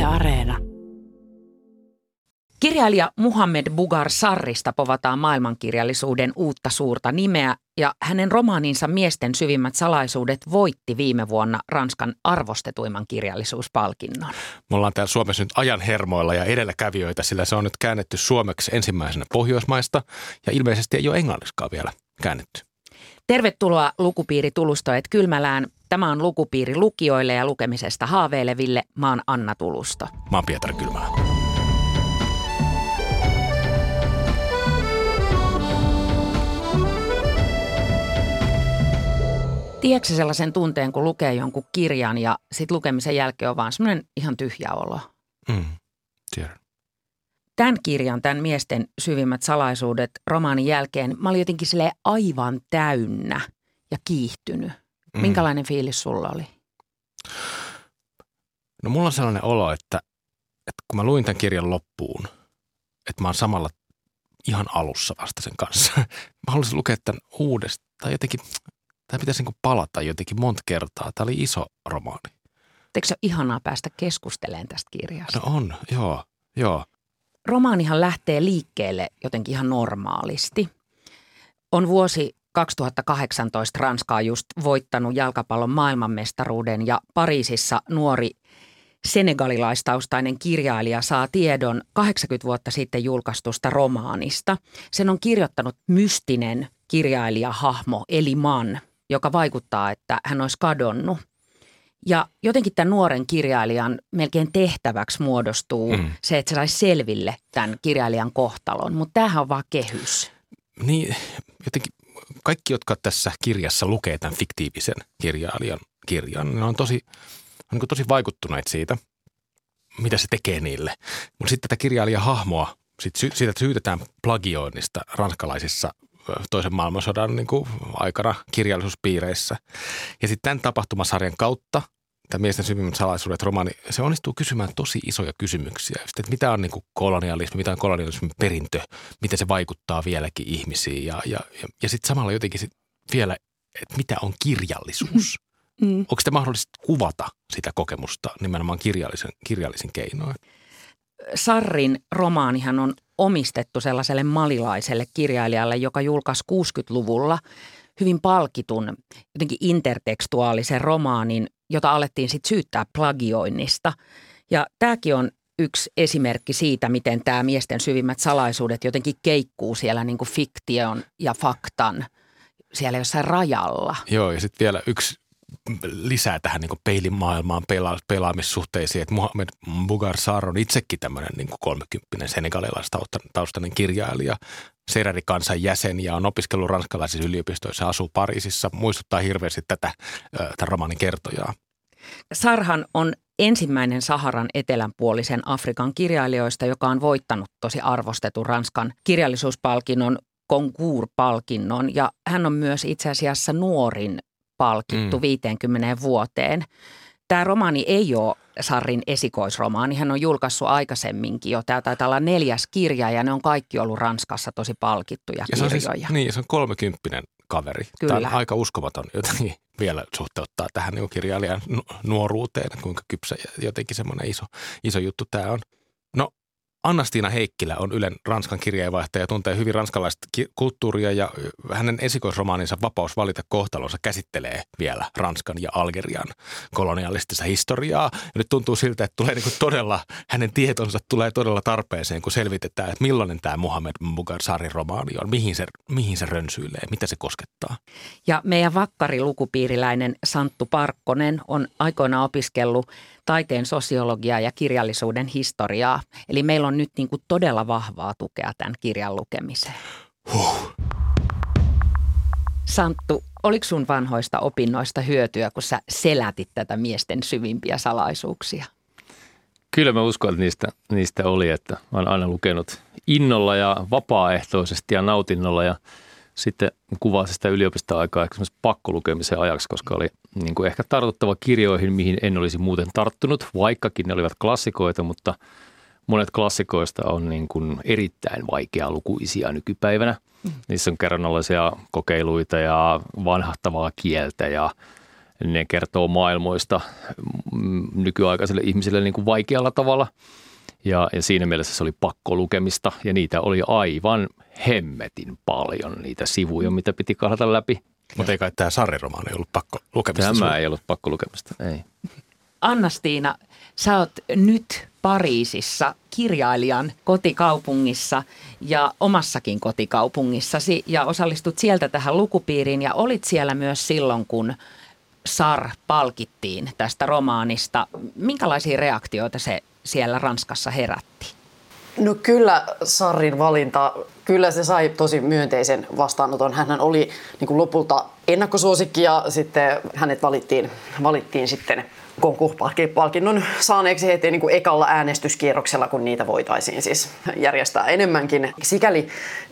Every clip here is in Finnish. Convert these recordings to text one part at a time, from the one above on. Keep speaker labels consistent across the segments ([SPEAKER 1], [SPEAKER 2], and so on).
[SPEAKER 1] Yle Areena.
[SPEAKER 2] Kirjailija Muhammed Bugar-Sarrista povataan maailmankirjallisuuden uutta suurta nimeä ja hänen romaaninsa Miesten syvimmät salaisuudet voitti viime vuonna Ranskan arvostetuimman kirjallisuuspalkinnon.
[SPEAKER 3] Me ollaan täällä Suomessa nyt ajan hermoilla ja edelläkävijöitä, sillä se on nyt käännetty suomeksi ensimmäisenä Pohjoismaista ja ilmeisesti ei ole englanniskaan vielä käännetty.
[SPEAKER 2] Tervetuloa Lukupiiri Tulustoet Kylmälään. Tämä on Lukupiiri lukijoille ja lukemisesta haaveileville. Mä oon Anna Tulusto.
[SPEAKER 3] Mä oon Pietari Kylmälä.
[SPEAKER 2] Tiedätkö sellaisen tunteen, kun lukee jonkun kirjan ja sit lukemisen jälkeen on vaan semmoinen ihan tyhjä olo?
[SPEAKER 3] Tiedän.
[SPEAKER 2] Tämän kirjan, tämän Miesten syvimmät salaisuudet romaanin jälkeen, mä olin jotenkin silleen aivan täynnä ja kiihtynyt. Minkälainen fiilis sulla oli?
[SPEAKER 3] No mulla on sellainen olo, että kun mä luin tämän kirjan loppuun, että mä oon samalla ihan alussa vasta sen kanssa. Mä haluaisin lukea tämän uudestaan tai jotenkin, tai pitäisi niin palata jotenkin monta kertaa. Tämä oli iso romaani.
[SPEAKER 2] Eikö se ole ihanaa päästä keskustelemaan tästä kirjasta?
[SPEAKER 3] No on, joo.
[SPEAKER 2] Romaanihan lähtee liikkeelle jotenkin ihan normaalisti. On vuosi 2018 Ranska on just voittanut jalkapallon maailmanmestaruuden ja Pariisissa nuori senegalilaistaustainen kirjailija saa tiedon 80 vuotta sitten julkaistusta romaanista. Sen on kirjoittanut mystinen kirjailijahahmo Eliman, joka vaikuttaa, että hän olisi kadonnut. Ja jotenkin tämän nuoren kirjailijan melkein tehtäväksi muodostuu se, että se saisi selville tämän kirjailijan kohtalon. Mutta tämähän on vaan kehys.
[SPEAKER 3] Niin, jotenkin kaikki, jotka tässä kirjassa lukee tämän fiktiivisen kirjailijan kirjan, ne on tosi vaikuttuneet siitä, mitä se tekee niille. Mutta sitten tätä kirjailijahahmoa, siitä syytetään plagioinnista ranskalaisissa toisen maailmansodan aikana kirjallisuuspiireissä. Ja sitten tämän tapahtumasarjan kautta, tämä Miesten syvimmät salaisuudet romaani, se onnistuu kysymään tosi isoja kysymyksiä. Sitten, että mitä on kolonialismi, mitä on kolonialismin perintö, miten se vaikuttaa vieläkin ihmisiin ja sitten samalla jotenkin vielä, että mitä on kirjallisuus. Onko sitä mahdollista kuvata sitä kokemusta nimenomaan kirjallisin keinoin?
[SPEAKER 2] Sarrin romaanihan on omistettu sellaiselle malilaiselle kirjailijalle, joka julkaisi 60-luvulla hyvin palkitun jotenkin intertekstuaalisen romaanin, jota alettiin sitten syyttää plagioinnista. Ja tämäkin on yksi esimerkki siitä, miten tämä Miesten syvimmät salaisuudet jotenkin keikkuu siellä niin kuin fiktion ja faktan siellä jossain rajalla.
[SPEAKER 3] Joo, ja sitten vielä yksi lisää tähän niin peilimaailmaan pelaamissuhteisiin, että Muhammed Bugar-Sarr on itsekin tämmöinen 30 senegalilais-taustainen kirjailija, Sereri-kansan jäsen ja on opiskellut ranskalaisissa yliopistoissa ja asuu Pariisissa. Muistuttaa hirveästi tämän romaanin kertojaa.
[SPEAKER 2] Sarhan on ensimmäinen Saharan etelänpuolisen Afrikan kirjailijoista, joka on voittanut tosi arvostetun Ranskan kirjallisuuspalkinnon, Goncourt-palkinnon, ja hän on myös itse asiassa nuorin palkittu 50 vuoteen. Tämä romaani ei ole Sarrin esikoisromaani. Hän on julkaissut aikaisemminkin jo. Tämä taitaa olla 4. kirja ja ne on kaikki ollut Ranskassa tosi palkittuja kirjoja.
[SPEAKER 3] Se on 30 kaveri.
[SPEAKER 2] Kyllä.
[SPEAKER 3] Tämä on aika uskomaton jotenkin vielä suhteuttaa tähän kirjailijan nuoruuteen, kuinka kypsä ja jotenkin semmoinen iso juttu tämä on. No, Anna-Stiina Heikkilä on Ylen Ranskan kirjeenvaihtaja ja tuntee hyvin ranskalaista kulttuuria ja hänen esikoisromaaninsa Vapaus valita kohtalonsa käsittelee vielä Ranskan ja Algerian kolonialistista historiaa. Ja nyt tuntuu siltä, että tulee todella, hänen tietonsa tulee todella tarpeeseen, kun selvitetään, että millainen tämä Muhammed Bugar-Sarrin romaani on, mihin se rönsyilee, mitä se koskettaa. Ja
[SPEAKER 2] meidän vakkarilukupiiriläinen Santtu Parkkonen on aikoinaan opiskellut taiteen sosiologiaa ja kirjallisuuden historiaa. Eli meillä on nyt todella vahvaa tukea tämän kirjan lukemiseen. Santtu, oliko sun vanhoista opinnoista hyötyä, kun sä selätit tätä Miesten syvimpiä salaisuuksia?
[SPEAKER 4] Kyllä mä uskon, että niistä oli, että mä oon aina lukenut innolla ja vapaaehtoisesti ja nautinnolla ja sitten kuvasin sitä yliopistoaikaa pakkolukemisen ajaksi, koska oli ehkä tartuttava kirjoihin, mihin en olisi muuten tarttunut, vaikkakin ne olivat klassikoita, mutta monet klassikoista on erittäin vaikealukuisia nykypäivänä. Niissä on kerronnallisia kokeiluita ja vanhahtavaa kieltä ja Ne kertoo maailmoista nykyaikaisille ihmisille niin kuin vaikealla tavalla. Ja siinä mielessä se oli pakkolukemista ja niitä oli aivan hemmetin paljon, niitä sivuja, mitä piti kahlata läpi.
[SPEAKER 3] Mutta ei kai tämä Sarri-romaani ollut pakkolukemista?
[SPEAKER 4] Tämä ei ollut pakkolukemista, ei.
[SPEAKER 2] Anna-Stiina, sä oot nyt Pariisissa kirjailijan kotikaupungissa ja omassakin kotikaupungissasi ja osallistut sieltä tähän lukupiiriin ja olit siellä myös silloin, kun Sarr palkittiin tästä romaanista. Minkälaisia reaktioita se siellä Ranskassa herätti?
[SPEAKER 1] No kyllä Sarrin valinta, kyllä se sai tosi myönteisen vastaanoton. Hänhän oli niin kuin lopulta ennakkosuosikki ja sitten hänet valittiin sitten Goncourt-palkinnon saaneeksi heti niin kuin ekalla äänestyskierroksella, kun niitä voitaisiin siis järjestää enemmänkin. Sikäli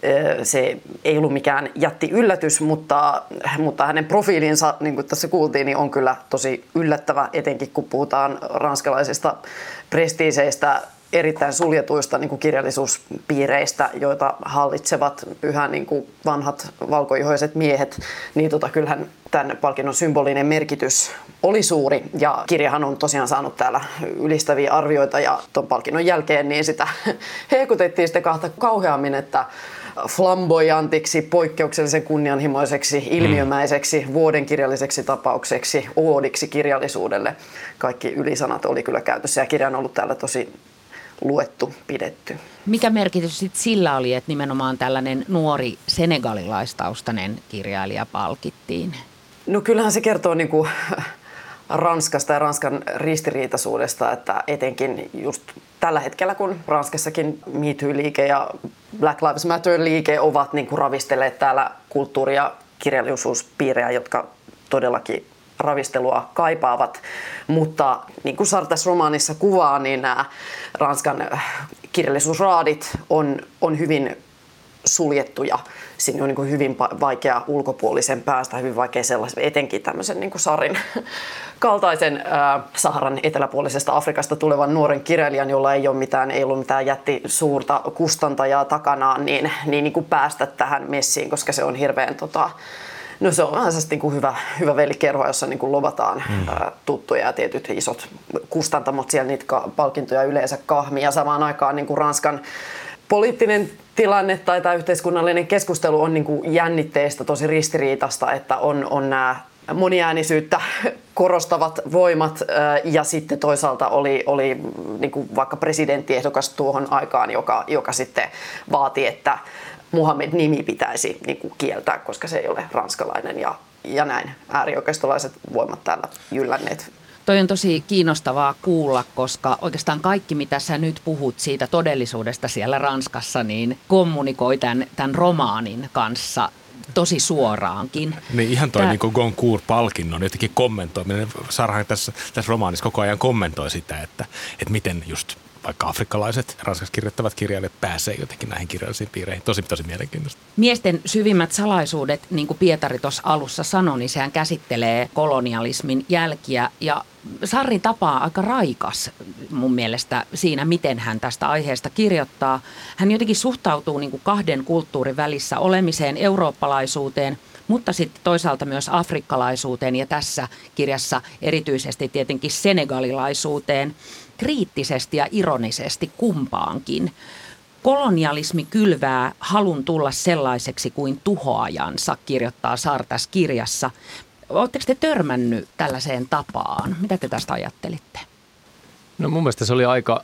[SPEAKER 1] se ei ollut mikään jätti yllätys, mutta hänen profiilinsa, niin kuin tässä kuultiin, niin on kyllä tosi yllättävä, etenkin kun puhutaan ranskalaisista prestiiseistä, erittäin suljetuista niin kuin kirjallisuuspiireistä, joita hallitsevat yhä niin kuin vanhat valkoihoiset miehet, niin kyllähän tämän palkinnon symbolinen merkitys oli suuri. Ja kirjahan on tosiaan saanut täällä ylistäviä arvioita ja tuon palkinnon jälkeen niin sitä hehkutettiin sitten kahta kauheammin, että flamboyantiksi, poikkeuksellisen kunnianhimoiseksi, ilmiömäiseksi, vuoden kirjalliseksi tapaukseksi, oodiksi kirjallisuudelle. Kaikki ylisanat oli kyllä käytössä ja kirja on ollut täällä tosi luettu, pidetty.
[SPEAKER 2] Mikä merkitys sitten sillä oli, että nimenomaan tällainen nuori senegalilaistaustainen kirjailija palkittiin?
[SPEAKER 1] No kyllähän se kertoo niin kuin Ranskasta ja Ranskan ristiriitaisuudesta, että etenkin just tällä hetkellä, kun Ranskassakin Me Too-liike ja Black Lives Matter-liike ovat niin kuin ravistelleet täällä kulttuuri- ja kirjallisuuspiirejä, jotka todellakin ravistelua kaipaavat, mutta niin kuin Sarr tässä romaanissa kuvaa, niin nämä Ranskan kirjallisuusraadit on hyvin suljettuja. Siinä on niin kuin hyvin vaikea ulkopuolisen päästä, hyvin vaikea sellaisen, etenkin tämmöisen niin kuin Sarrin kaltaisen Saharan eteläpuolisesta Afrikasta tulevan nuoren kirjailijan, jolla ei ollut mitään jätti suurta kustantajaa takanaan, niin kuin päästä tähän messiin, koska se on hirveän no se on vähän niin kuin hyvä velikerho, jossa niin kuin lovataan tuttuja ja tietyt isot kustantamot siellä niitä palkintoja yleensä kahmia. Ja samaan aikaan niin kuin Ranskan poliittinen tilanne tai tämä yhteiskunnallinen keskustelu on niin kuin jännitteistä, tosi ristiriitasta, että on nämä moniäänisyyttä korostavat voimat ja sitten toisaalta oli niin kuin vaikka presidenttiehdokas tuohon aikaan, joka sitten vaati, että Muhammed-nimi pitäisi niin kuin kieltää, koska se ei ole ranskalainen ja näin äärioikeistolaiset voimat täällä jyllänneet.
[SPEAKER 2] Toi on tosi kiinnostavaa kuulla, koska oikeastaan kaikki, mitä sä nyt puhut siitä todellisuudesta siellä Ranskassa, niin kommunikoi tämän romaanin kanssa tosi suoraankin.
[SPEAKER 3] Niin ihan toi niin kuin Goncourt-palkinnon jotenkin kommentoiminen. Sarhan tässä romaanissa koko ajan kommentoi sitä, että miten just vaikka afrikkalaiset ranskaksi kirjoittavat kirjailijat pääsee jotenkin näihin kirjallisiin piireihin. Tosi mielenkiintoista.
[SPEAKER 2] Miesten syvimmät salaisuudet, niin kuin Pietari tuossa alussa sanoi, niin sehän käsittelee kolonialismin jälkiä. Ja Sarrin tapa on aika raikas mun mielestä siinä, miten hän tästä aiheesta kirjoittaa. Hän jotenkin suhtautuu niin kuin kahden kulttuurin välissä olemiseen, eurooppalaisuuteen, mutta sitten toisaalta myös afrikkalaisuuteen ja tässä kirjassa erityisesti tietenkin senegalilaisuuteen, kriittisesti ja ironisesti kumpaankin. Kolonialismi kylvää halun tulla sellaiseksi kuin tuhoajansa, kirjoittaa Sarr tässä kirjassa. Oletteko te törmännyt tällaiseen tapaan? Mitä te tästä ajattelitte?
[SPEAKER 4] No mun mielestä se oli aika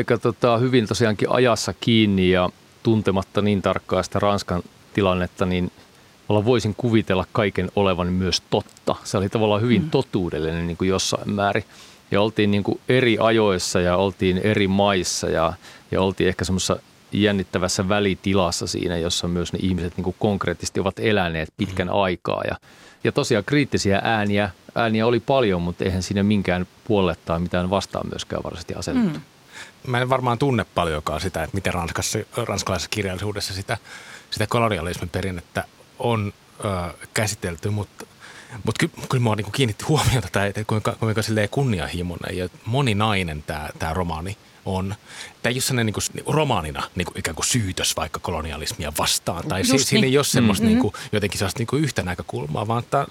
[SPEAKER 4] hyvin tosiaankin ajassa kiinni ja tuntematta niin tarkkaa sitä Ranskan tilannetta, niin voisin kuvitella kaiken olevan myös totta. Se oli tavallaan hyvin totuudellinen niin kuin jossain määrin. Ja oltiin niin kuin eri ajoissa ja oltiin eri maissa ja oltiin ehkä semmoisessa jännittävässä välitilassa siinä, jossa myös ne ihmiset niin kuin konkreettisesti ovat eläneet pitkän aikaa. Ja tosiaan kriittisiä ääniä oli paljon, mutta eihän siinä minkään puolelle tai mitään vastaan myöskään varsinaisesti asettu.
[SPEAKER 3] Mä en varmaan tunne paljonkaan sitä, että miten ranskalaisessa kirjallisuudessa sitä kolonialismin perinnettä on käsitelty, mutta Mutta kyllä mua niinku kiinnitti huomiota tämä, että kuinka kunnianhimoinen ja moninainen tämä romaani on. Tämä ei ole sellainen niinku romaanina niinku ikään kuin syytös vaikka kolonialismia vastaan. Tai siinä ei ole semmoista niinku, jotenkin sellaista niinku yhtä näkökulmaa, vaan tämä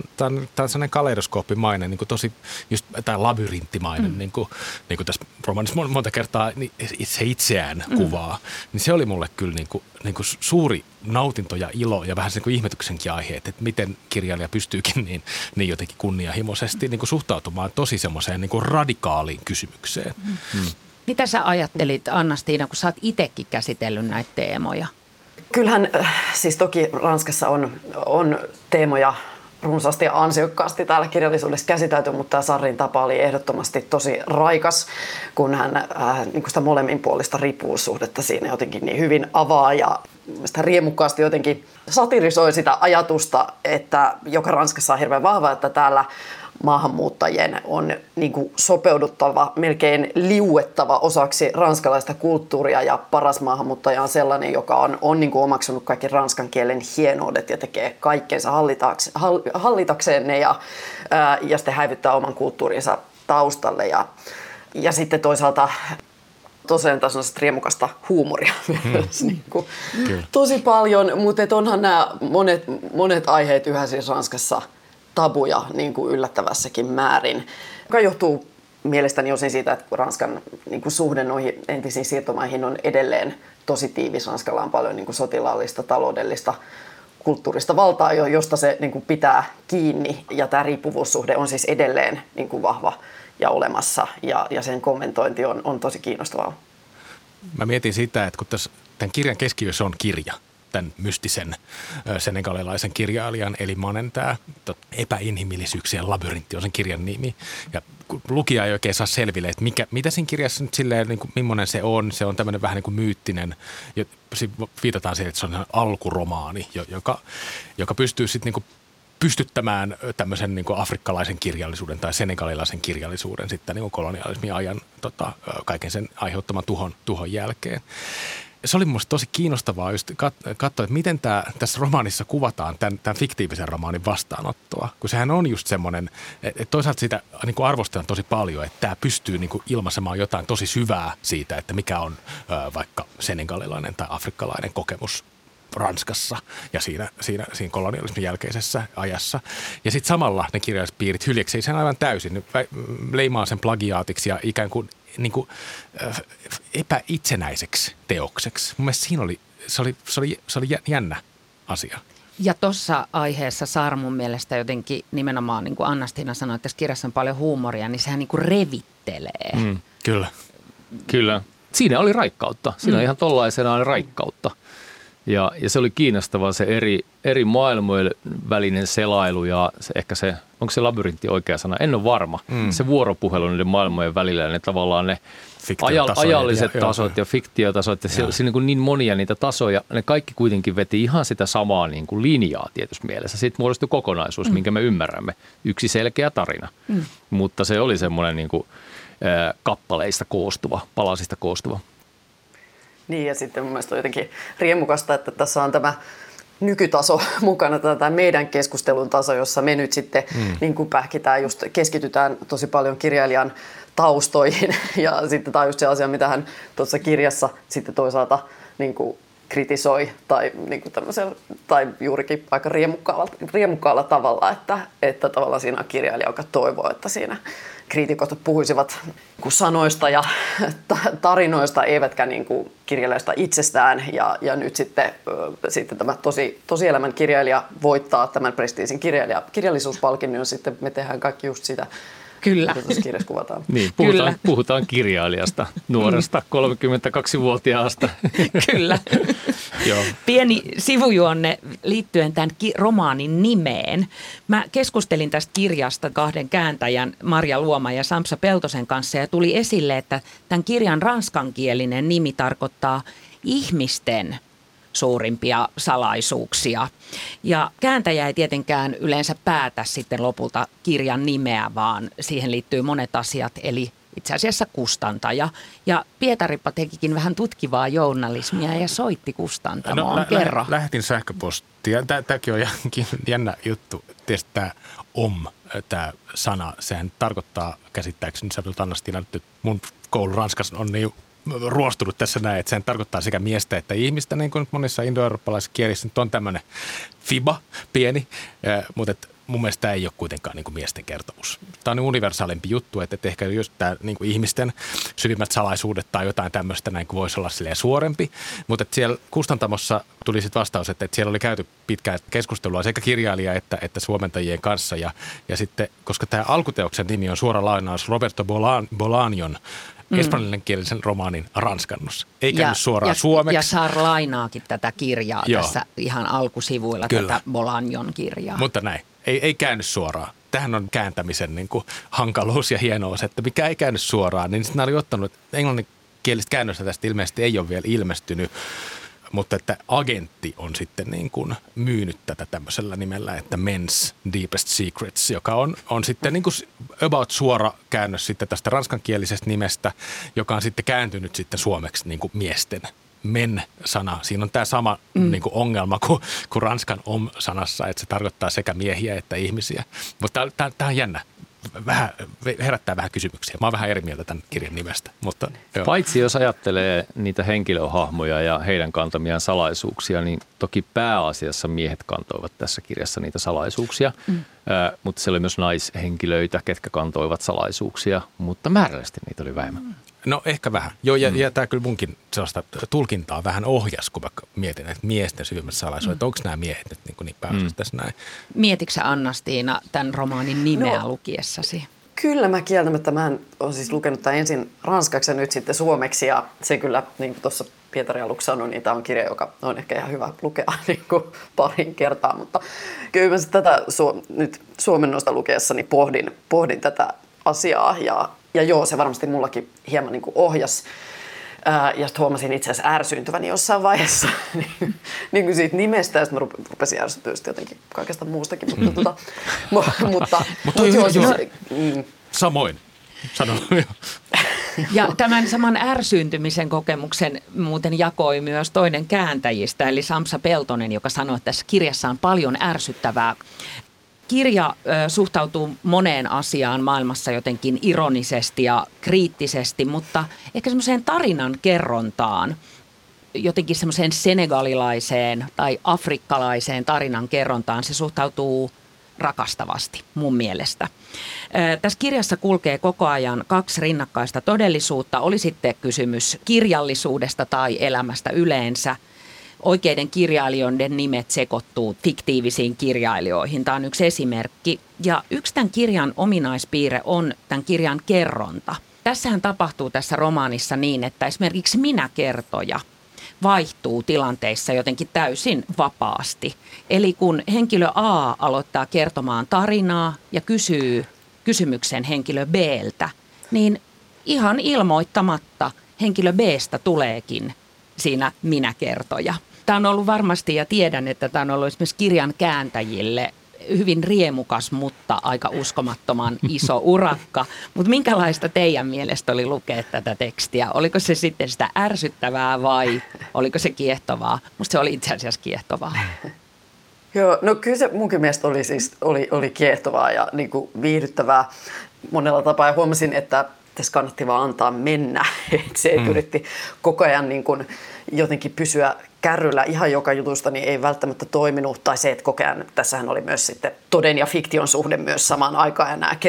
[SPEAKER 3] on sellainen kaleidoskooppimainen, niinku tosi just tämä labyrinttimainen, niinku tässä romaanissa monta kertaa niin se itseään kuvaa. Niin se oli mulle kyllä niinku suuri nautinto ja ilo ja vähän se niin ihmetyksenkin aihe, että miten kirjailija pystyykin niin jotenkin kunnianhimoisesti niin suhtautumaan tosi semmoiseen niin radikaaliin kysymykseen.
[SPEAKER 2] Mitä sä ajattelit, Anna-Stiina, kun sä oot itsekin käsitellyt näitä teemoja?
[SPEAKER 1] Kyllähän siis toki Ranskassa on teemoja runsaasti ja ansiokkaasti täällä kirjallisuudessa käsitelty, mutta tämä Sarrin tapa oli ehdottomasti tosi raikas, kun hän niin sitä molemminpuolista riippuvuussuhdetta siinä jotenkin niin hyvin avaa ja riemukkaasti jotenkin satirisoi sitä ajatusta, että joka Ranskassa on hirveän vahva, että täällä maahanmuuttajien on niin kuin sopeuduttava, melkein liuettava osaksi ranskalaista kulttuuria, ja paras maahanmuuttaja on sellainen, joka on niin kuin omaksunut kaikki ranskan kielen hienoudet ja tekee kaikkeensa hallitakseen ne ja sitten häivyttää oman kulttuurinsa taustalle. Ja sitten toisaalta tosiaan tässä on riemukasta huumoria myös niin kuin tosi paljon, mutta onhan nämä monet aiheet yhä siis Ranskassa tabuja niin kuin yllättävässäkin määrin, joka johtuu mielestäni osin siitä, että Ranskan niin kuin suhde noihin entisiin siirtomaihin on edelleen tosi tiivis. Ranskalla on paljon niin kuin sotilaallista, taloudellista, kulttuurista valtaa, josta se niin kuin pitää kiinni. Ja tämä riippuvuussuhde on siis edelleen niin kuin vahva ja olemassa, ja sen kommentointi on tosi kiinnostavaa.
[SPEAKER 3] Mä mietin sitä, että kun tämän kirjan keskiössä on kirja, tämän mystisen senegalilaisen kirjailijan eli Manen tämä epäinhimillisyyksien labyrintti on sen kirjan nimi. Ja lukija ei oikein saa selville, että mitä siinä kirjassa nyt silleen, niin kuin, millainen se on tämmöinen vähän niin kuin myyttinen, ja viitataan siihen, että se on alkuromaani, joka pystyy sitten niin kuin pystyttämään tämmöisen niin kuin afrikkalaisen kirjallisuuden tai senegalilaisen kirjallisuuden sitten niin kuin kolonialismin ajan kaiken sen aiheuttaman tuhon jälkeen. Se oli minusta tosi kiinnostavaa just katsoa, että miten tässä romaanissa kuvataan tämän fiktiivisen romaanin vastaanottoa. Kun sehän on just semmoinen, että toisaalta sitä niin kuin arvostellaan tosi paljon, että tämä pystyy niin kuin ilmaisemaan jotain tosi syvää siitä, että mikä on vaikka senegalilainen tai afrikkalainen kokemus Ranskassa ja siinä kolonialismin jälkeisessä ajassa. Ja sitten samalla ne kirjallispiirit hyljeksii sen aivan täysin, leimaa sen plagiaatiksi ja ikään kuin epäitsenäiseksi teokseksi. Mun mielestä se oli jännä asia.
[SPEAKER 2] Ja tuossa aiheessa Saara mun mielestä jotenkin nimenomaan, niin kuin Anna-Stiina sanoi, että tässä kirjassa on paljon huumoria, niin sehän niin kuin revittelee.
[SPEAKER 4] Kyllä. Siinä oli raikkautta. Siinä ihan tollaisena oli raikkautta. Ja se oli kiinnostavaa se eri maailmojen välinen selailu ja onko se labyrintti oikea sana? En ole varma. Se vuoropuhelu niiden maailmojen välillä ja ne tavallaan ne ajalliset tasot ja fiktiotasot ja siinä niin monia niitä tasoja. Ne kaikki kuitenkin veti ihan sitä samaa niin kuin linjaa tietysti mielessä. Sitten muodostui kokonaisuus, minkä me ymmärrämme. Yksi selkeä tarina, mutta se oli semmoinen niin kuin kappaleista koostuva, palasista koostuva.
[SPEAKER 1] Niin, ja sitten mun mielestä on jotenkin riemukasta, että tässä on tämä nykytaso mukana, tämä meidän keskustelun taso, jossa me nyt sitten niin kuin keskitytään tosi paljon kirjailijan taustoihin, ja sitten tämä on just se asia, mitä hän tuossa kirjassa sitten toisaalta niin kuin kritisoi tai, niin kuin tai juurikin aika riemukkaalla tavalla, että tavallaan siinä on kirjailija, joka toivoo, että siinä kriitikot puhuisivat sanoista ja tarinoista, eivätkä niin kuin kirjailijasta itsestään. Ja nyt sitten tämä tosielämän kirjailija voittaa tämän prestiisin kirjallisuuspalkinnon, sitten me tehdään kaikki just sitä.
[SPEAKER 2] Kyllä.
[SPEAKER 1] Tuossa kirjassa kuvataan.
[SPEAKER 4] Niin, puhutaan kirjailijasta, nuoresta 32-vuotiaasta.
[SPEAKER 2] Kyllä.
[SPEAKER 4] Joo.
[SPEAKER 2] Pieni sivujuonne liittyen tämän romaanin nimeen. Mä keskustelin tästä kirjasta kahden kääntäjän Marja Luoma ja Sampsa Peltosen kanssa ja tuli esille, että tämän kirjan ranskankielinen nimi tarkoittaa ihmisten suurimpia salaisuuksia. Ja kääntäjä ei tietenkään yleensä päätä sitten lopulta kirjan nimeä, vaan siihen liittyy monet asiat, eli itse asiassa kustantaja. Ja Pietari-Ripa tekikin vähän tutkivaa journalismia ja soitti kustantamoon. Kerro.
[SPEAKER 3] Lähetin sähköpostia. Tämäkin on jännä juttu. Tietysti tämä tämä sana, sehän tarkoittaa käsittääkseni, sä nyt Anna-Stiina, että mun koulu Ranskassa on niin ruostunut tässä näin, että sehän tarkoittaa sekä miestä että ihmistä, niin kuin monissa indoeurooppalaisissa kielissä. Nyt on tämmöinen fiba, pieni, mutta mun mielestä tämä ei ole kuitenkaan niin kuin miesten kertomus. Tämä on universaalimpi juttu, että ehkä just tämä niin kuin ihmisten syvimmät salaisuudet tai jotain tämmöistä näin kuin voisi olla silleen suorempi. Mutta siellä kustantamossa tuli sitten vastaus, että siellä oli käyty pitkää keskustelua sekä kirjailija että suomentajien kanssa. Ja sitten, koska tämä alkuteoksen nimi on suora lainaus Roberto Bolanion espanjaninkielisen romaanin ranskannus. Ei käynyt suoraan suomeksi.
[SPEAKER 2] Ja Saar lainaakin tätä kirjaa tässä ihan alkusivuilla, tätä Bolanion kirjaa.
[SPEAKER 3] Mutta näin. Ei käynyt suoraan. Tähän on kääntämisen niin kuin hankaluus ja hienous, että mikä ei käynyt suoraan. Niin sitten nämä oli ottanut, että englanninkielistä käännöstä tästä ilmeisesti ei ole vielä ilmestynyt, mutta että agentti on sitten niin kuin myynyt tätä tämmöisellä nimellä, että Men's Deepest Secrets, joka on sitten niin kuin about suora käännös sitten tästä ranskankielisestä nimestä, joka on sitten kääntynyt sitten suomeksi niin kuin miesten. Men-sana. Siinä on tämä sama niin kuin ongelma kuin ranskan om-sanassa, että se tarkoittaa sekä miehiä että ihmisiä. Mutta tämä on jännä. Herättää vähän kysymyksiä. Mä oon vähän eri mieltä tämän kirjan nimestä. Mutta,
[SPEAKER 4] paitsi jos ajattelee niitä henkilöhahmoja ja heidän kantamiaan salaisuuksia, niin toki pääasiassa miehet kantoivat tässä kirjassa niitä salaisuuksia. Mutta siellä oli myös naishenkilöitä, ketkä kantoivat salaisuuksia, mutta määrällisesti niitä oli vähemmän.
[SPEAKER 3] No ehkä vähän. Joo, ja tämä kyllä munkin sellaista tulkintaa vähän ohjas, kun vaikka mietin, että miesten syvimmät salaisuudet, onko nämä miehet nyt niin pääasiassa tässä näin?
[SPEAKER 2] Mietitkö sä, Anna-Stiina, tämän romaanin nimeä lukiessasi?
[SPEAKER 1] Kyllä mä kieltämättä. Mä olen siis lukenut tämän ensin ranskaksi ja nyt sitten suomeksi. Ja se kyllä, niin kuin tuossa Pietari aluksi sanoi, niin tämä on kirja, joka on ehkä ihan hyvä lukea niin kuin parin kertaa. Mutta kyllä mä tätä nyt suomennosta lukeessani pohdin tätä asiaa. Ja joo, se varmasti mullakin hieman niin kuin ohjas. Ja sitten huomasin itse asiassa ärsyyntyväni jossain vaiheessa niin kuin siitä nimestä. Ja sitten mä rupesin ärsyyntyä jotenkin kaikesta muustakin. Mutta
[SPEAKER 3] Samoin. Sanon.
[SPEAKER 2] Ja tämän saman ärsyyntymisen kokemuksen muuten jakoi myös toinen kääntäjistä, eli Sampsa Peltonen, joka sanoi, että tässä kirjassa on paljon ärsyttävää. Kirja suhtautuu moneen asiaan maailmassa jotenkin ironisesti ja kriittisesti, mutta ehkä semmoiseen tarinan kerrontaan, jotenkin semmoiseen senegalilaiseen tai afrikkalaiseen tarinan kerrontaan se suhtautuu rakastavasti mun mielestä. Tässä kirjassa kulkee koko ajan kaksi rinnakkaista todellisuutta, oli sitten kysymys kirjallisuudesta tai elämästä yleensä. Oikeiden kirjailijoiden nimet sekoittuu fiktiivisiin kirjailijoihin. Tämä on yksi esimerkki. Ja yksi tämän kirjan ominaispiirre on tämän kirjan kerronta. Tässähän tapahtuu tässä romaanissa niin, että esimerkiksi minäkertoja vaihtuu tilanteissa jotenkin täysin vapaasti. Eli kun henkilö A aloittaa kertomaan tarinaa ja kysyy kysymyksen henkilö B:ltä, niin ihan ilmoittamatta henkilö B:stä tuleekin siinä minäkertoja. Tämä on ollut varmasti, ja tiedän, että tämä on ollut esimerkiksi kirjan kääntäjille hyvin riemukas, mutta aika uskomattoman iso urakka. Mutta minkälaista teidän mielestä oli lukea tätä tekstiä? Oliko se sitten sitä ärsyttävää vai oliko se kiehtovaa? Musta se oli itse asiassa kiehtovaa.
[SPEAKER 1] Joo, no kyllä se munkin mielestä oli kiehtovaa ja niin kuin viihdyttävää monella tapaa. Ja huomasin, että tässä kannatti vaan antaa mennä. Että se yritti koko ajan niin kuin jotenkin pysyä kärryllä ihan joka jutusta, niin ei välttämättä toiminut. Tai se, että koko ajan, tässähän oli myös sitten toden ja fiktion suhde myös samaan aikaan ja nämä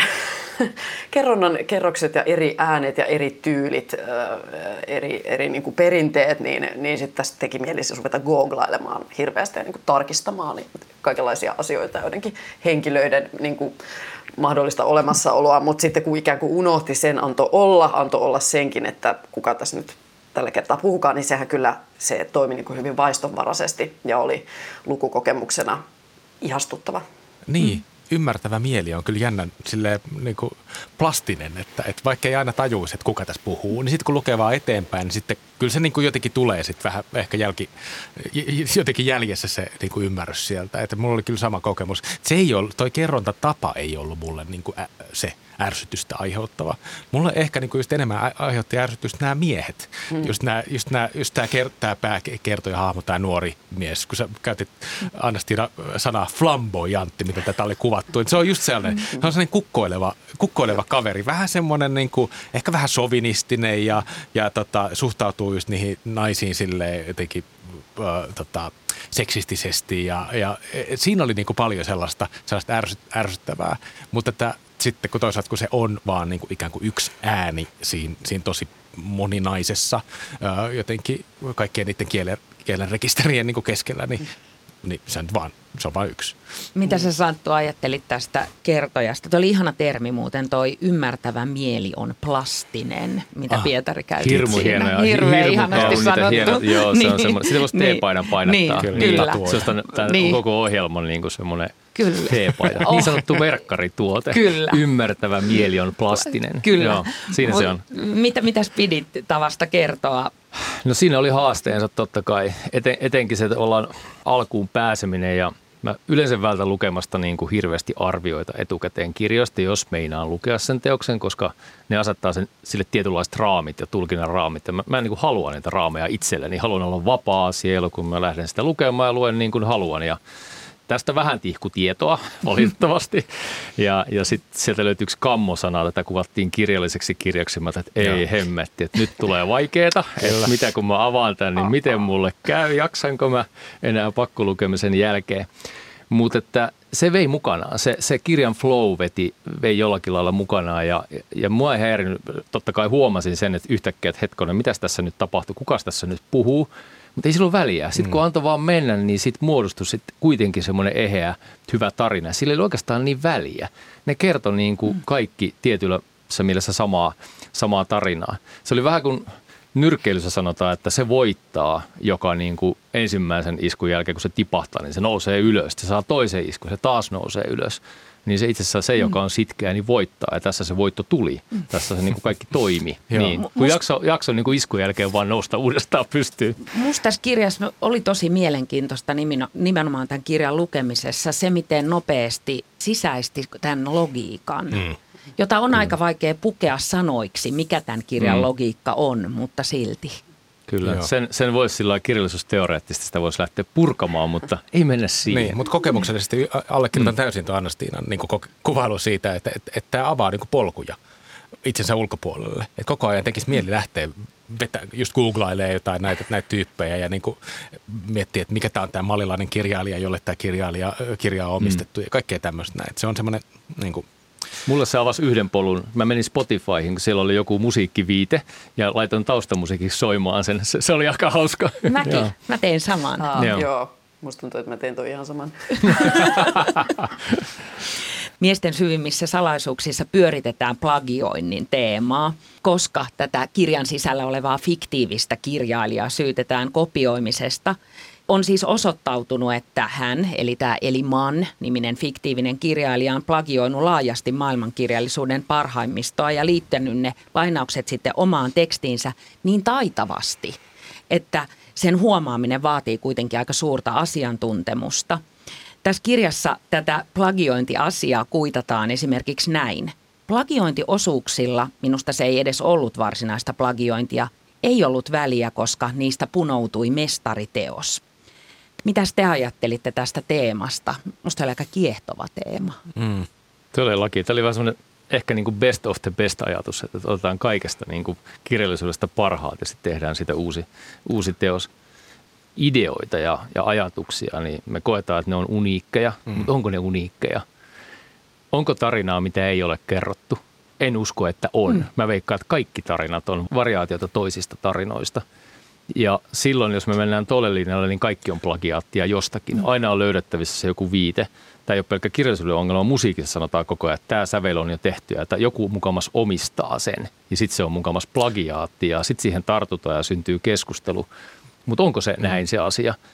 [SPEAKER 1] kerrokset ja eri äänet ja eri tyylit, eri niin kuin perinteet, niin sitten tästä teki mieli ruveta googlailemaan hirveästi ja niin kuin tarkistamaan niin kaikenlaisia asioita joidenkin henkilöiden niin kuin mahdollista olemassaoloa, mutta sitten kun ikään kuin unohti sen, antoi olla senkin, että kuka tässä nyt tällä kertaa puhukaan, niin sehän kyllä se toimi niin kuin hyvin vaistonvaraisesti ja oli lukukokemuksena ihastuttava.
[SPEAKER 3] Niin, ymmärtävä mieli on kyllä jännän silleen niin kuin plastinen, että vaikka ei aina tajuisi, että kuka tässä puhuu, niin sitten kun lukee vaan eteenpäin, niin sitten kyllä se niin kuin jotenkin tulee sitten vähän ehkä jotenkin jäljessä se niin kuin ymmärrys sieltä. Että mulla oli kyllä sama kokemus. Se ei ollut, toi kerrontatapa ei ollut mulle niin kuin se ärsytystä aiheuttava. Mulle ehkä niin kuin just enemmän aiheutti ärsytystä nämä miehet. Just tämä pääkertoja hahmo, tämä nuori mies, kun sä käytit Anna-Stiina sanaa flamboyantti, mitä tätä oli kuvattu. Et se on just sellainen, se on sellainen kukkoileva kaveri. Vähän semmoinen niin kuin, ehkä vähän sovinistinen ja suhtautuu just niihin naisiin silleen jotenkin seksistisesti ja siinä oli niin kuin paljon sellaista ärsyttävää, mutta sitten kun toisaalta kun se on vaan niin kuin ikään kuin yksi ääni siinä tosi moninaisessa jotenkin kaikkien niiden kielen rekisterien niin kuin keskellä, niin se on vain yksi.
[SPEAKER 2] Mitä sä Santtu ajattelit tästä kertojasta? Tuo oli ihana termi muuten, toi ymmärtävä mieli on plastinen, mitä Pietari käytti.
[SPEAKER 4] Hirmu hieno ja
[SPEAKER 2] hirveän ihanasti sanottu.
[SPEAKER 4] Joo, se on semmoinen. Sitä voisi teepaidan painattaa.
[SPEAKER 2] Kyllä.
[SPEAKER 4] Se on tämän koko ohjelman niin kuin semmoinen teepaita. Niin sanottu verkkarituote.
[SPEAKER 2] Kyllä.
[SPEAKER 4] Ymmärtävä mieli on plastinen.
[SPEAKER 2] Kyllä.
[SPEAKER 4] Joo, siinä se on.
[SPEAKER 2] Mitäs pidit tavasta kertoa?
[SPEAKER 4] No siinä oli haasteensa totta kai. Etenkin se, että ollaan alkuun pääseminen ja mä yleensä vältän lukemasta niin kuin hirveästi arvioita etukäteen kirjoista, jos meinaan lukea sen teoksen, koska ne asettaa sille tietynlaiset raamit ja tulkinnan raamit. Ja mä en niin kuin halua niitä raameja itselleni. Haluan olla vapaa sielu, kun mä lähden sitä lukemaan ja luen niin kuin haluan. Ja tästä vähän tihkutietoa valitettavasti. Ja sitten sieltä löytyi yksi kammosana, tätä kuvattiin kirjalliseksi kirjaksi. Mä että ei hemmetti, että nyt tulee vaikeeta. Että mitä kun mä avaan tämän, niin miten mulle käy, jaksanko mä enää pakkolukemisen jälkeen. Mutta että se vei mukanaan, se kirjan flow vei jollakin lailla mukanaan ja mua ei häirinyt, totta kai huomasin sen, että yhtäkkiä, että hetkonen, mitäs tässä nyt tapahtuu, kukas tässä nyt puhuu. Mutta ei sillä ole väliä. Sitten kun antoi vaan mennä, niin sitten muodostui sitten kuitenkin semmoinen eheä, hyvä tarina. Sillä ei ole oikeastaan niin väliä. Ne kertoi niin kuin kaikki tietyllä mielessä samaa tarinaa. Se oli vähän kuin nyrkkeilyssä sanotaan, että se voittaa, joka niin kuin ensimmäisen iskun jälkeen, kun se tipahtaa, niin se nousee ylös. Se saa toisen iskun, se taas nousee ylös. Niin se itse asiassa se, joka on sitkeä, niin voittaa. Ja tässä se voitto tuli. Tässä se niin kuin kaikki toimi. Niin. Kun jakso niin kuin iskun jälkeen vaan nousta uudestaan pystyy.
[SPEAKER 2] Musta tässä kirjassa oli tosi mielenkiintoista nimenomaan tämän kirjan lukemisessa se, miten nopeasti sisäisti tämän logiikan, jota on aika vaikea pukea sanoiksi, mikä tämän kirjan logiikka on, mutta silti.
[SPEAKER 4] Kyllä, sen voisi sillä kirjallisuusteoreettisesti sitä voisi lähteä purkamaan, mutta ei mennä siihen.
[SPEAKER 3] Niin, mutta kokemuksellisesti allekirjoitan täysin tuon Anna-Stiinan niin kuvailu siitä, että tämä avaa niin polkuja itsensä ulkopuolelle. Että koko ajan tekisi mieli lähteä just googlailee jotain näitä tyyppejä ja niin kuin miettii, että mikä tämä on tämä malilainen kirjailija, jolle tämä kirja on omistettu ja kaikkea tämmöistä näin. Se on semmoinen niin kuin
[SPEAKER 4] mulle se avasi yhden polun. Mä menin Spotifyhin, kun siellä oli joku musiikkiviite ja laitoin taustamusiikiksi soimaan sen. Se oli aika hauska.
[SPEAKER 2] Mäkin. Mä tein saman.
[SPEAKER 1] Joo. Musta tuntuu, että mä tein toi ihan saman.
[SPEAKER 2] Miesten syvimmissä salaisuuksissa pyöritetään plagioinnin teemaa, koska tätä kirjan sisällä olevaa fiktiivistä kirjailijaa syytetään kopioimisesta. On siis osoittautunut, että hän, eli tämä Eli Mann-niminen fiktiivinen kirjailija, on plagioinut laajasti maailmankirjallisuuden parhaimmistoa ja liittänyt ne lainaukset sitten omaan tekstiinsä niin taitavasti, että sen huomaaminen vaatii kuitenkin aika suurta asiantuntemusta. Tässä kirjassa tätä plagiointiasiaa kuitataan esimerkiksi näin. Plagiointiosuuksilla, minusta se ei edes ollut varsinaista plagiointia, ei ollut väliä, koska niistä punoutui mestariteos. Mitäs te ajattelitte tästä teemasta? Musta oli aika kiehtova teema.
[SPEAKER 4] Todellakin. Tämä oli vähän semmoinen ehkä niin kuin best of the best ajatus, että otetaan kaikesta niin kuin kirjallisuudesta parhaat ja sitten tehdään siitä uusi teos. Ideoita ja ajatuksia, niin me koetaan, että ne on uniikkeja, mutta onko ne uniikkeja? Onko tarinaa, mitä ei ole kerrottu? En usko, että on. Mä veikkaan, että kaikki tarinat on variaatiota toisista tarinoista. Ja silloin, jos me mennään tolle linjalle, niin kaikki on plagiaattia jostakin. Aina on löydettävissä se joku viite. Tämä ei ole pelkkä kirjallisuuden ongelma. Musiikissa sanotaan koko ajan, että tämä sävel on jo tehty ja että joku mukamas omistaa sen. Ja sitten se on mukamas plagiaatti ja sitten siihen tartutaan ja syntyy keskustelu. Mutta onko se näin se asia?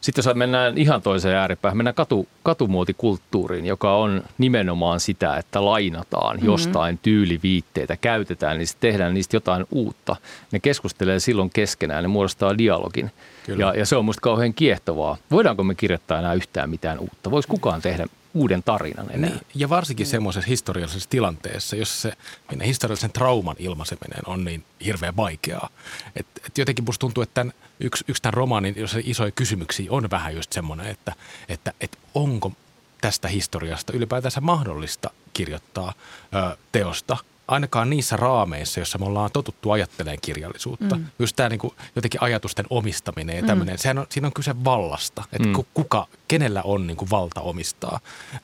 [SPEAKER 4] Sitten jos mennään ihan toiseen ääripäähän, mennään katumuotikulttuuriin, joka on nimenomaan sitä, että lainataan jostain tyyliviitteitä, käytetään, niin tehdään niistä jotain uutta. Ne keskustelee silloin keskenään, ne muodostaa dialogin. Ja se on musta kauhean kiehtovaa. Voidaanko me kirjoittaa enää yhtään mitään uutta? Voisi kukaan tehdä uuden tarinan enää?
[SPEAKER 3] Niin. Ja varsinkin semmoisessa historiallisessa tilanteessa, jossa se historiallisen trauman ilmaiseminen on niin hirveän vaikeaa. Et jotenkin musta tuntuu, että yksi tämän romaanin isoja kysymyksiä on vähän just semmoinen, että onko tästä historiasta ylipäätänsä mahdollista kirjoittaa teosta, ainakaan niissä raameissa, joissa me ollaan totuttu ajattelemaan kirjallisuutta. Just tämä niinku jotenkin ajatusten omistaminen ja tämmöinen, siinä on kyse vallasta, että kenellä on niinku valta omistaa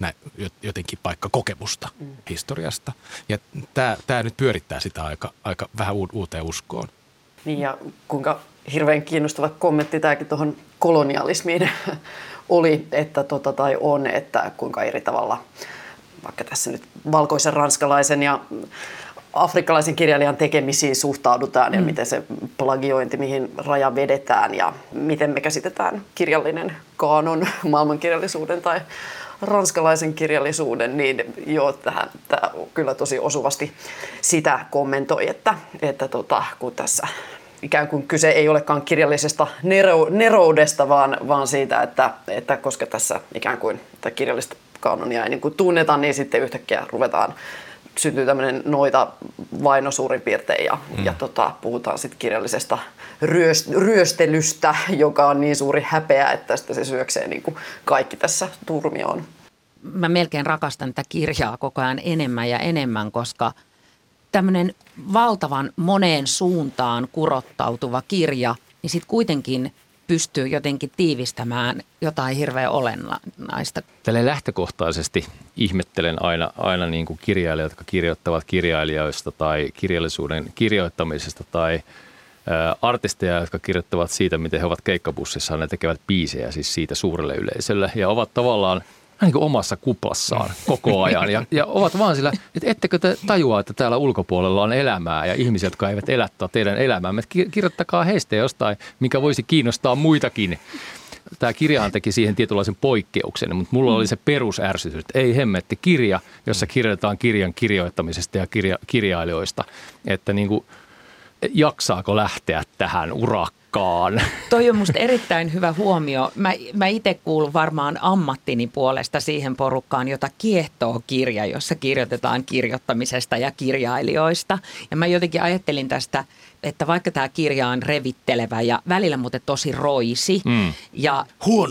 [SPEAKER 3] jotenkin vaikka kokemusta historiasta. Ja tämä nyt pyörittää sitä aika vähän uuteen uskoon.
[SPEAKER 1] Niin ja kuinka hirveän kiinnostava kommentti tämäkin tuohon kolonialismiin oli, että tai on, että kuinka eri tavalla vaikka tässä nyt valkoisen ranskalaisen ja afrikkalaisen kirjailijan tekemisiin suhtaudutaan ja miten se plagiointi, mihin raja vedetään ja miten me käsitetään kirjallinen kaanon, maailmankirjallisuuden tai ranskalaisen kirjallisuuden, niin joo, tämä kyllä tosi osuvasti sitä kommentoi, että kun tässä ikään kuin kyse ei olekaan kirjallisesta neroudesta, vaan siitä, että koska tässä ikään kuin kirjallista kanonia ei niin kuin tunneta, niin sitten yhtäkkiä syntyy tämmöinen noita vaino suurin piirtein ja puhutaan sitten kirjallisesta ryöstelystä, joka on niin suuri häpeä, että tästä se syöksee niin kuin kaikki tässä turmioon.
[SPEAKER 2] Mä melkein rakastan tätä kirjaa koko ajan enemmän ja enemmän, koska tämmöinen valtavan moneen suuntaan kurottautuva kirja, niin sitten kuitenkin pystyy jotenkin tiivistämään jotain hirveän olennaista.
[SPEAKER 4] Tälle lähtökohtaisesti ihmettelen aina niin kuin kirjailijoita, jotka kirjoittavat kirjailijoista tai kirjallisuuden kirjoittamisesta tai artisteja, jotka kirjoittavat siitä, miten he ovat keikkabussissaan ja tekevät biisejä siis siitä suurelle yleisölle ja ovat tavallaan niin kuin omassa kuplassaan koko ajan ja ovat vaan sillä, että ettekö te tajua, että täällä ulkopuolella on elämää ja ihmisiä, jotka eivät elättää teidän elämäämme. Kirjoittakaa heistä jostain, mikä voisi kiinnostaa muitakin. Tämä kirjahan teki siihen tietynlaisen poikkeuksen, mutta mulla oli se perusärsytys, että ei hemmetti kirja, jossa kirjoitetaan kirjan kirjoittamisesta ja kirjailijoista, että niin kuin, jaksaako lähteä tähän urakkaan.
[SPEAKER 2] Toi on musta erittäin hyvä huomio. Mä itse kuulun varmaan ammattini puolesta siihen porukkaan, jota kiehtoo kirja, jossa kirjoitetaan kirjoittamisesta ja kirjailijoista. Ja mä jotenkin ajattelin tästä, että vaikka tämä kirja on revittelevä ja välillä muuten tosi roisi ja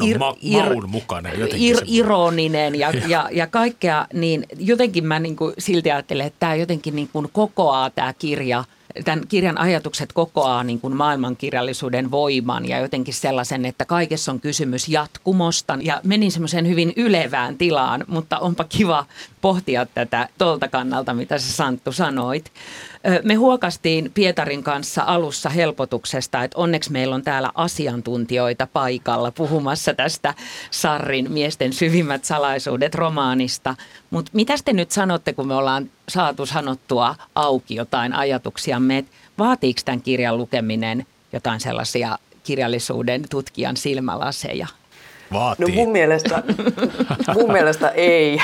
[SPEAKER 3] maun mukainen,
[SPEAKER 2] ironinen ja kaikkea, niin jotenkin mä niinku silti ajattelen, että tämä jotenkin niinku kokoaa tämä kirja. Tämän kirjan ajatukset kokoaa niin kuin maailmankirjallisuuden voiman ja jotenkin sellaisen, että kaikessa on kysymys jatkumosta. Ja menin semmoiseen hyvin ylevään tilaan, mutta onpa kiva pohtia tätä tuolta kannalta, mitä sä Santtu sanoit. Me huokastiin Pietarin kanssa alussa helpotuksesta, että onneksi meillä on täällä asiantuntijoita paikalla puhumassa tästä Sarrin Miesten syvimmät salaisuudet -romaanista. Mutta mitä te nyt sanotte, kun me ollaan saatu sanottua auki jotain ajatuksiamme, että vaatiiko tämän kirjan lukeminen jotain sellaisia kirjallisuuden tutkijan silmälaseja?
[SPEAKER 3] Vaatii.
[SPEAKER 1] No mun mielestä ei.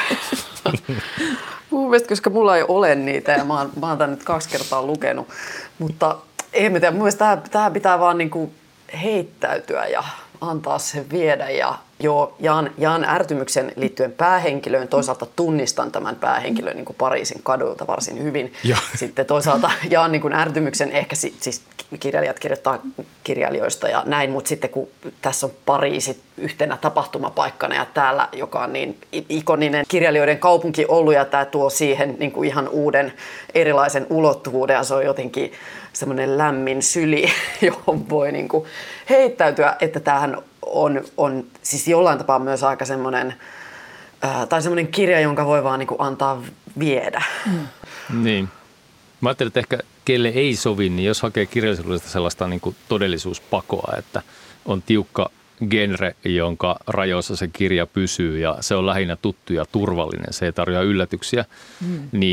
[SPEAKER 1] Mun mielestä, koska mulla ei ole niitä ja mä oon tämän nyt 2 kertaa lukenut, mutta ei mitään. Mun mielestä tähän pitää vaan niinku heittäytyä ja antaa sen viedä ja joo, jaan ärtymyksen liittyen päähenkilöön. Toisaalta tunnistan tämän päähenkilön niin kuin Pariisin kaduilta varsin hyvin. Ja. Sitten toisaalta jaan niin kuin ärtymyksen, ehkä siis kirjailijat kirjoittaa kirjailijoista ja näin, mutta sitten kun tässä on Pariisi yhtenä tapahtumapaikkana ja täällä, joka on niin ikoninen kirjailijoiden kaupunki ollut ja tämä tuo siihen niin kuin ihan uuden erilaisen ulottuvuuden ja se on jotenkin semmoinen lämmin syli, johon voi niin kuin heittäytyä, että tämähän on siis jollain tapaa myös aika semmoinen, tai semmoinen kirja, jonka voi vaan niin kuin antaa viedä.
[SPEAKER 4] Niin. Mä ajattelin, että ehkä kelle ei sovi, niin jos hakee kirjallisuudesta sellaista niin kuin todellisuuspakoa, että on tiukka genre, jonka rajoissa se kirja pysyy ja se on lähinnä tuttu ja turvallinen, se ei tarjoa yllätyksiä, niin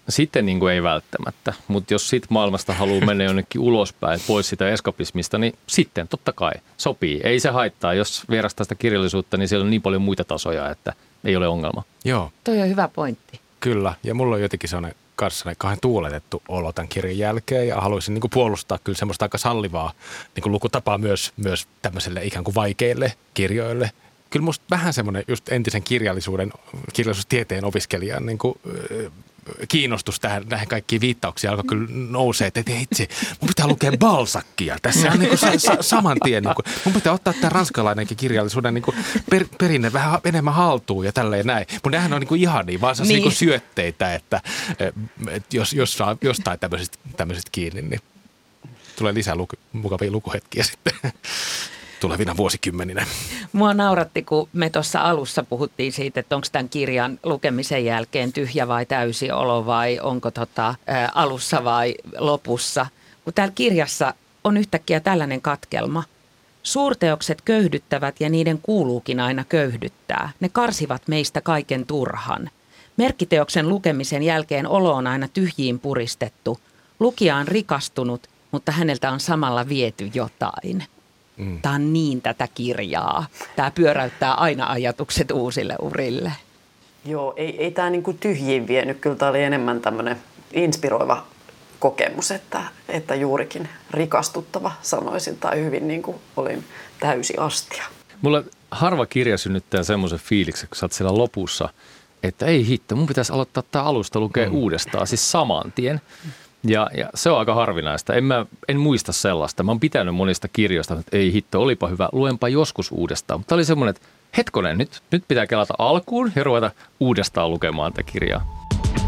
[SPEAKER 4] sitten niin kuin ei välttämättä. Mutta jos sit maailmasta haluaa mennä jonnekin ulospäin, pois sitä eskapismista, niin sitten totta kai sopii. Ei se haittaa. Jos vierastaa sitä kirjallisuutta, niin siellä on niin paljon muita tasoja, että ei ole ongelma.
[SPEAKER 3] Joo.
[SPEAKER 2] Toi on hyvä pointti.
[SPEAKER 3] Kyllä, ja mulla on jotenkin sellainen kanssa kauhean tuuletettu olo tämän kirjan jälkeen, ja haluaisin niin kuin puolustaa kyllä semmoista aika sallivaa niin kuin lukutapaa myös tämmöiselle ikään kuin vaikeille kirjoille. Kyllä musta vähän semmoinen just entisen kirjallisuustieteen opiskelijan niin kuin, kiinnostus näihin kaikkiin viittauksiin alkoi kyllä nousee, että itse, mun pitää lukea Balzackia. Tässä on niin kuin saman tien, niin kuin, mun pitää ottaa tämä ranskalainenkin kirjallisuuden niin kuin perinne vähän enemmän haltuun ja tälleen näin. Mutta nehän on niin kuin ihania, vaan niin kuin syötteitä, että jos saa jostain tämmöisestä kiinni, niin tulee lisää mukavia lukuhetkiä sitten tulevina vuosikymmeninä.
[SPEAKER 2] Mua nauratti, kun me tuossa alussa puhuttiin siitä, että onko tämän kirjan lukemisen jälkeen tyhjä vai täysi olo vai onko alussa vai lopussa. Kun täällä kirjassa on yhtäkkiä tällainen katkelma. Suurteokset köyhdyttävät ja niiden kuuluukin aina köyhdyttää. Ne karsivat meistä kaiken turhan. Merkkiteoksen lukemisen jälkeen olo on aina tyhjiin puristettu. Lukija on rikastunut, mutta häneltä on samalla viety jotain. Tämä on niin tätä kirjaa. Tämä pyöräyttää aina ajatukset uusille urille.
[SPEAKER 1] Joo, ei tämä niinku tyhjiin vienyt. Kyllä tämä oli enemmän tämmöinen inspiroiva kokemus, että juurikin rikastuttava sanoisin. Tai hyvin niin kuin olin täysi astia.
[SPEAKER 4] Mulla harva kirja synnyttää semmoisen fiiliksen, kun sä oot siellä lopussa, että ei hitto, mun pitäisi aloittaa tämä alusta lukea uudestaan, siis saman tien. Ja se on aika harvinaista. En muista sellaista. Mä oon pitänyt monista kirjoista, että ei hitto, olipa hyvä, luenpa joskus uudestaan. Mutta oli semmoinen, että hetkonen, nyt pitää kelata alkuun ja ruveta uudestaan lukemaan tätä kirjaa.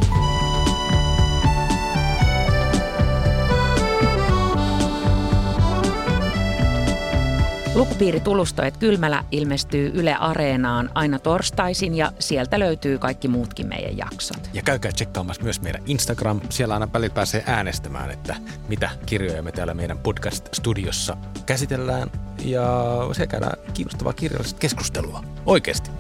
[SPEAKER 2] Lukupiiri Tulustoet Kylmälä ilmestyy Yle Areenaan aina torstaisin ja sieltä löytyy kaikki muutkin meidän jaksot.
[SPEAKER 3] Ja käykää tsekkaamassa myös meidän Instagram. Siellä aina välillä pääsee äänestämään, että mitä kirjoja me täällä meidän podcast-studiossa käsitellään. Ja siellä käydään kiinnostavaa kirjallista keskustelua. Oikeasti.